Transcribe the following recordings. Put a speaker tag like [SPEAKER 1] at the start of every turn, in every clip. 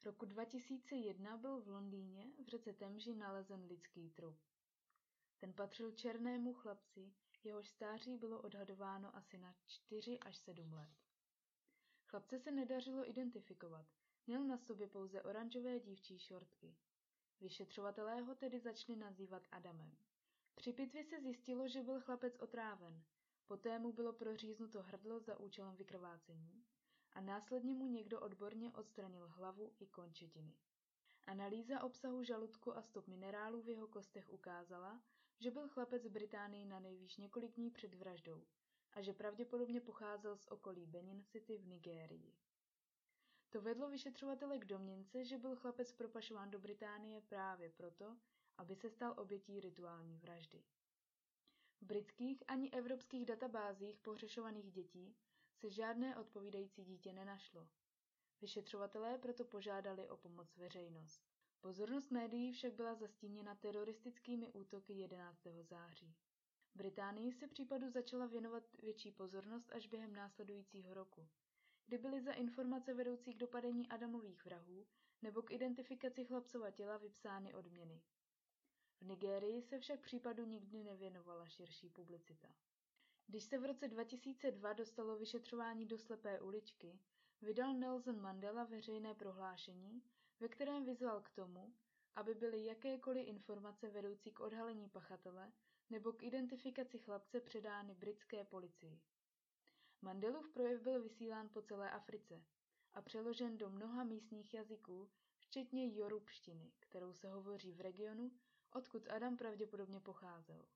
[SPEAKER 1] Roku 2001 byl v Londýně v řece Temži nalezen lidský trup. Ten patřil černému chlapci, jehož stáří bylo odhadováno asi na 4 až 7 let. Chlapce se nedařilo identifikovat, měl na sobě pouze oranžové dívčí šortky. Vyšetřovatelé ho tedy začali nazývat Adamem. Při pitvě se zjistilo, že byl chlapec otráven, poté mu bylo proříznuto hrdlo za účelem vykrvácení a následně mu někdo odborně odstranil hlavu i končetiny. Analýza obsahu žaludku a stop minerálů v jeho kostech ukázala, že byl chlapec v Británii na nejvýš několik dní před vraždou a že pravděpodobně pocházel z okolí Benin City v Nigérii. To vedlo vyšetřovatele k domněnce, že byl chlapec propašován do Británie právě proto, aby se stal obětí rituální vraždy. V britských ani evropských databázích pohřešovaných dětí se žádné odpovídající dítě nenašlo. Vyšetřovatelé proto požádali o pomoc veřejnost. Pozornost médií však byla zastíněna teroristickými útoky 11. září. V Británii se případu začala věnovat větší pozornost až během následujícího roku, kdy byly za informace vedoucí k dopadení Adamových vrahů nebo k identifikaci chlapcova těla vypsány odměny. V Nigérii se však případu nikdy nevěnovala širší publicita. Když se v roce 2002 dostalo vyšetřování do slepé uličky, vydal Nelson Mandela veřejné prohlášení, ve kterém vyzval k tomu, aby byly jakékoliv informace vedoucí k odhalení pachatele nebo k identifikaci chlapce předány britské policii. Mandelův projev byl vysílán po celé Africe a přeložen do mnoha místních jazyků, včetně jorubštiny, kterou se hovoří v regionu, odkud Adam pravděpodobně pocházel.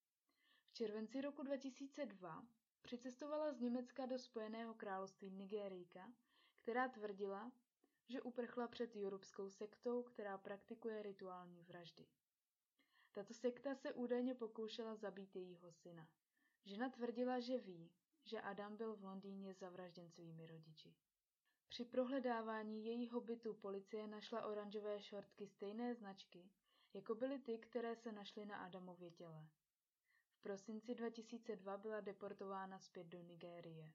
[SPEAKER 1] V červenci roku 2002 přicestovala z Německa do Spojeného království Nigérijka, která tvrdila, že uprchla před jorubskou sektou, která praktikuje rituální vraždy. Tato sekta se údajně pokoušela zabít jejího syna. Žena tvrdila, že ví, že Adam byl v Londýně zavražděn svými rodiči. Při prohledávání jejího bytu policie našla oranžové šortky stejné značky, jako byly ty, které se našly na Adamově těle. V prosinci 2002 byla deportována zpět do Nigérie.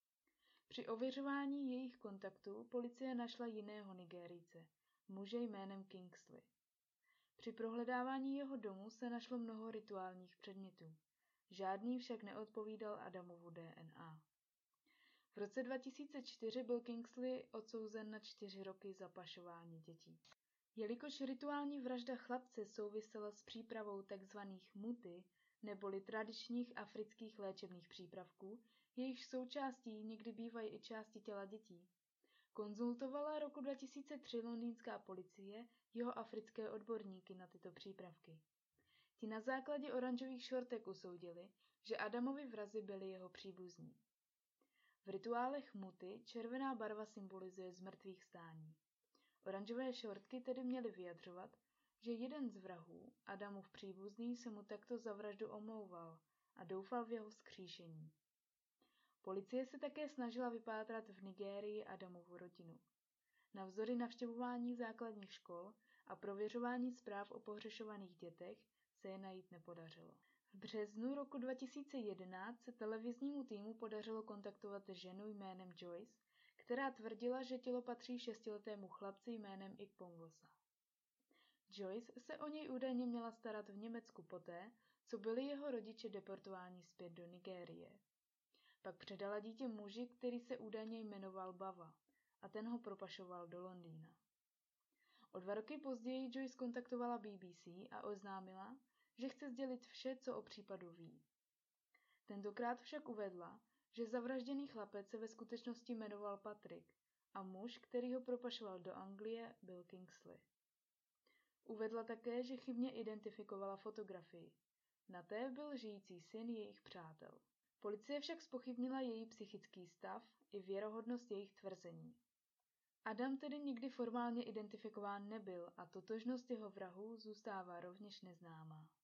[SPEAKER 1] Při ověřování jejich kontaktů policie našla jiného Nigérijce, muže jménem Kingsley. Při prohledávání jeho domu se našlo mnoho rituálních předmětů. Žádný však neodpovídal Adamovu DNA. V roce 2004 byl Kingsley odsouzen na 4 roky za pašování dětí. Jelikož rituální vražda chlapce souvisela s přípravou tzv. Muty, neboli tradičních afrických léčebných přípravků, jejichž součástí někdy bývají i části těla dětí, konzultovala roku 2003 londýnská policie jeho africké odborníky na tyto přípravky. Ti na základě oranžových šortek usoudili, že Adamovi vrazi byli jeho příbuzní. V rituálech Muty červená barva symbolizuje zmrtvých stání. Oranžové šortky tedy měly vyjadřovat, že jeden z vrahů, Adamův příbuzný, se mu takto za vraždu omlouval a doufal v jeho vzkříšení. Policie se také snažila vypátrat v Nigérii Adamovu rodinu. Navzdory navštěvování základních škol a prověřování zpráv o pohřešovaných dětech se je najít nepodařilo. V březnu roku 2011 se televiznímu týmu podařilo kontaktovat ženu jménem Joyce, která tvrdila, že tělo patří 6letému chlapci jménem Ikpongosa. Joyce se o něj údajně měla starat v Německu poté, co byli jeho rodiče deportováni zpět do Nigérie. Pak předala dítě muži, který se údajně jmenoval Bava, a ten ho propašoval do Londýna. O 2 roky později Joyce kontaktovala BBC a oznámila, že chce sdělit vše, co o případu ví. Tentokrát však uvedla, že zavražděný chlapec se ve skutečnosti jmenoval Patrick a muž, který ho propašoval do Anglie, byl Kingsley. Uvedla také, že chybně identifikovala fotografii. Na té byl žijící syn jejich přátel. Policie však zpochybnila její psychický stav i věrohodnost jejich tvrzení. Adam tedy nikdy formálně identifikován nebyl a totožnost jeho vrahů zůstává rovněž neznámá.